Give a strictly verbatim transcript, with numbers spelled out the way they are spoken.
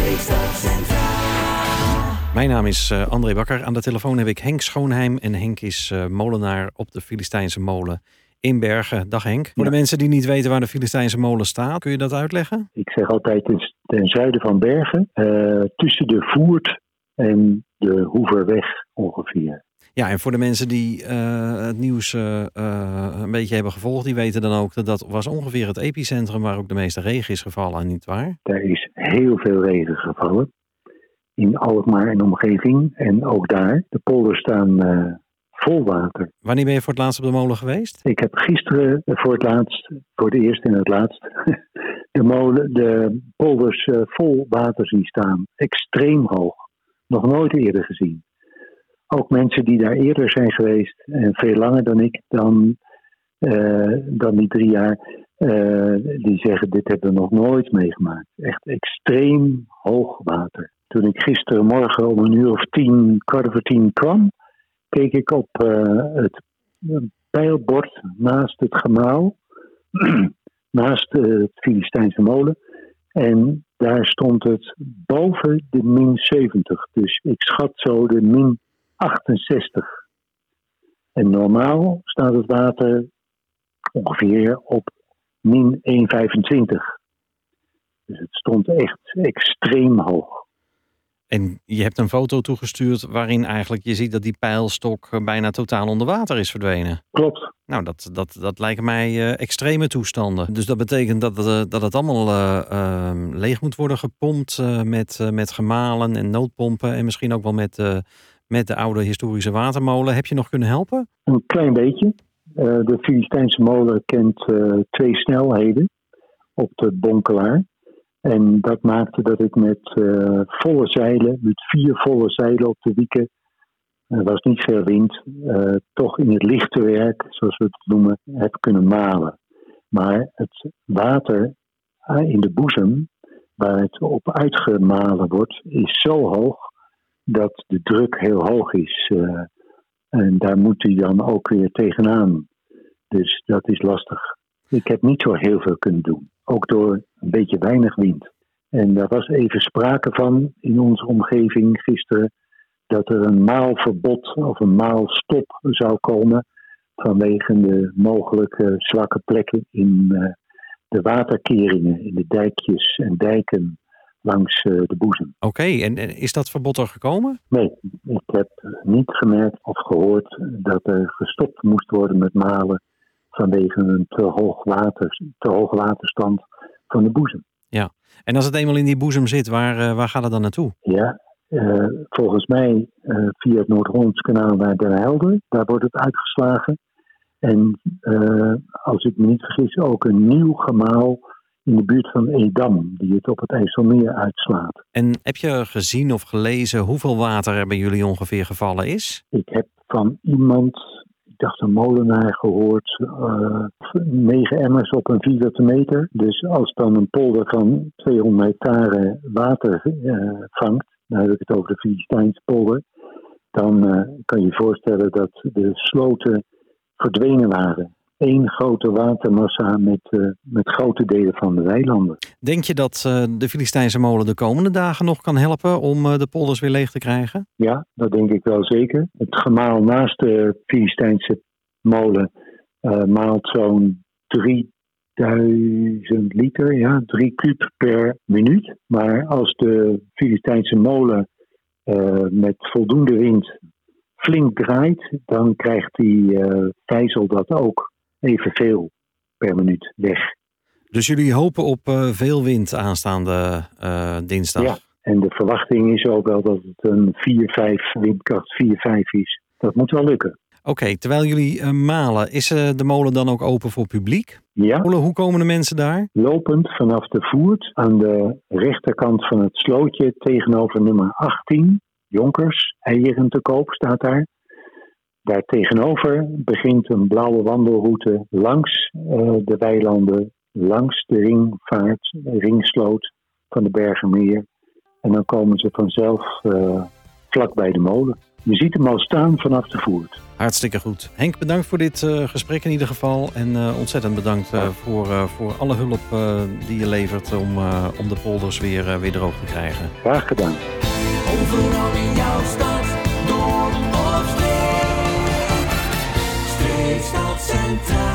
Beekstad Centraal. Mijn naam is uh, André Bakker. Aan de telefoon heb ik Henk Schoonheim. En Henk is uh, molenaar op de Filistijnse molen in Bergen. Dag Henk. Ja. Voor de mensen die niet weten waar de Filistijnse molen staat, kun je dat uitleggen? Ik zeg altijd ten zuiden van Bergen, uh, tussen de Voert en de Hoeverweg ongeveer. Ja, en voor de mensen die uh, het nieuws uh, uh, een beetje hebben gevolgd, die weten dan ook dat dat was ongeveer het epicentrum waar ook de meeste regen is gevallen, nietwaar? Er is heel veel regen gevallen in Alkmaar en omgeving en ook daar. De polders staan uh, vol water. Wanneer ben je voor het laatst op de molen geweest? Ik heb gisteren voor het laatst, voor het eerst en het laatst, de, molen, de polders uh, vol water zien staan. Extreem hoog. Nog nooit eerder gezien. Ook mensen die daar eerder zijn geweest en veel langer dan ik, dan, uh, dan die drie jaar, uh, die zeggen dit hebben we nog nooit meegemaakt. Echt extreem hoog water. Toen ik gisterenmorgen om een uur of tien, kwart over tien kwam, keek ik op uh, het pijlbord naast het gemaal, naast uh, het Filistijnse molen. En daar stond het boven de min zeventig. Dus ik schat zo de min achtenzestig. En normaal staat het water ongeveer op min één komma vijfentwintig. Dus het stond echt extreem hoog. En je hebt een foto toegestuurd waarin eigenlijk je ziet dat die pijlstok bijna totaal onder water is verdwenen. Klopt. Nou, dat, dat, dat lijken mij uh, extreme toestanden. Dus dat betekent dat, uh, dat het allemaal uh, uh, leeg moet worden gepompt uh, met, uh, met gemalen en noodpompen en misschien ook wel met, uh, met de oude historische watermolen. Heb je nog kunnen helpen? Een klein beetje. Uh, de Filistijnse molen kent uh, twee snelheden op de Bonkelaar. En dat maakte dat ik met uh, volle zeilen, met vier volle zeilen op de wieken, er was niet veel wind, uh, toch in het lichte werk, zoals we het noemen, heb kunnen malen. Maar het water in de boezem, waar het op uitgemalen wordt, is zo hoog dat de druk heel hoog is. Uh, en daar moet hij dan ook weer tegenaan. Dus dat is lastig. Ik heb niet zo heel veel kunnen doen. Ook door een beetje weinig wind. En daar was even sprake van in onze omgeving gisteren dat er een maalverbod of een maalstop zou komen vanwege de mogelijke zwakke plekken in uh, de waterkeringen, in de dijkjes en dijken langs uh, de boezem. Oké, okay, en, en is dat verbod er gekomen? Nee, ik heb niet gemerkt of gehoord dat er gestopt moest worden met malen vanwege een te hoog water, te hoge waterstand van de boezem. Ja, en als het eenmaal in die boezem zit, waar, uh, waar gaat het dan naartoe? Ja, uh, volgens mij uh, via het Noord-Hollands kanaal naar Den Helder, daar wordt het uitgeslagen. En uh, als ik me niet vergis ook een nieuw gemaal in de buurt van Edam, die het op het IJsselmeer uitslaat. En heb je gezien of gelezen hoeveel water er bij jullie ongeveer gevallen is? Ik heb van iemand, ik dacht een molenaar, gehoord, uh, negen emmers op een vierkante meter. Dus als dan een polder van tweehonderd hectare water uh, vangt, dan heb ik het over de Filistijnse polder, dan uh, kan je je voorstellen dat de sloten verdwenen waren. Eén grote watermassa met, uh, met grote delen van de weilanden. Denk je dat uh, de Filistijnse molen de komende dagen nog kan helpen om uh, de polders weer leeg te krijgen? Ja, dat denk ik wel zeker. Het gemaal naast de Filistijnse molen uh, maalt zo'n drieduizend liter, ja, drie kuub per minuut. Maar als de Filistijnse molen uh, met voldoende wind flink draait, dan krijgt die uh, vijzel dat ook evenveel per minuut weg. Dus jullie hopen op uh, veel wind aanstaande uh, dinsdag? Ja, en de verwachting is ook wel dat het een vier vijf, windkracht vier vijf is. Dat moet wel lukken. Oké, okay, terwijl jullie uh, malen, is uh, de molen dan ook open voor publiek? Ja. Hoe komen de mensen daar? Lopend vanaf de Voert aan de rechterkant van het slootje tegenover nummer achttien. Jonkers, eieren te koop staat daar. Daar tegenover begint een blauwe wandelroute langs uh, de weilanden, langs de ringvaart, de ringsloot van de Bergenmeer. En dan komen ze vanzelf uh, vlak bij de molen. Je ziet hem al staan vanaf de voert. Hartstikke goed. Henk, bedankt voor dit uh, gesprek in ieder geval. En uh, ontzettend bedankt uh, voor, uh, voor alle hulp uh, die je levert om, uh, om de polders weer, uh, weer droog te krijgen. Graag gedaan. Overal in jouw stad, dorp of streek, Streekstad Centraal.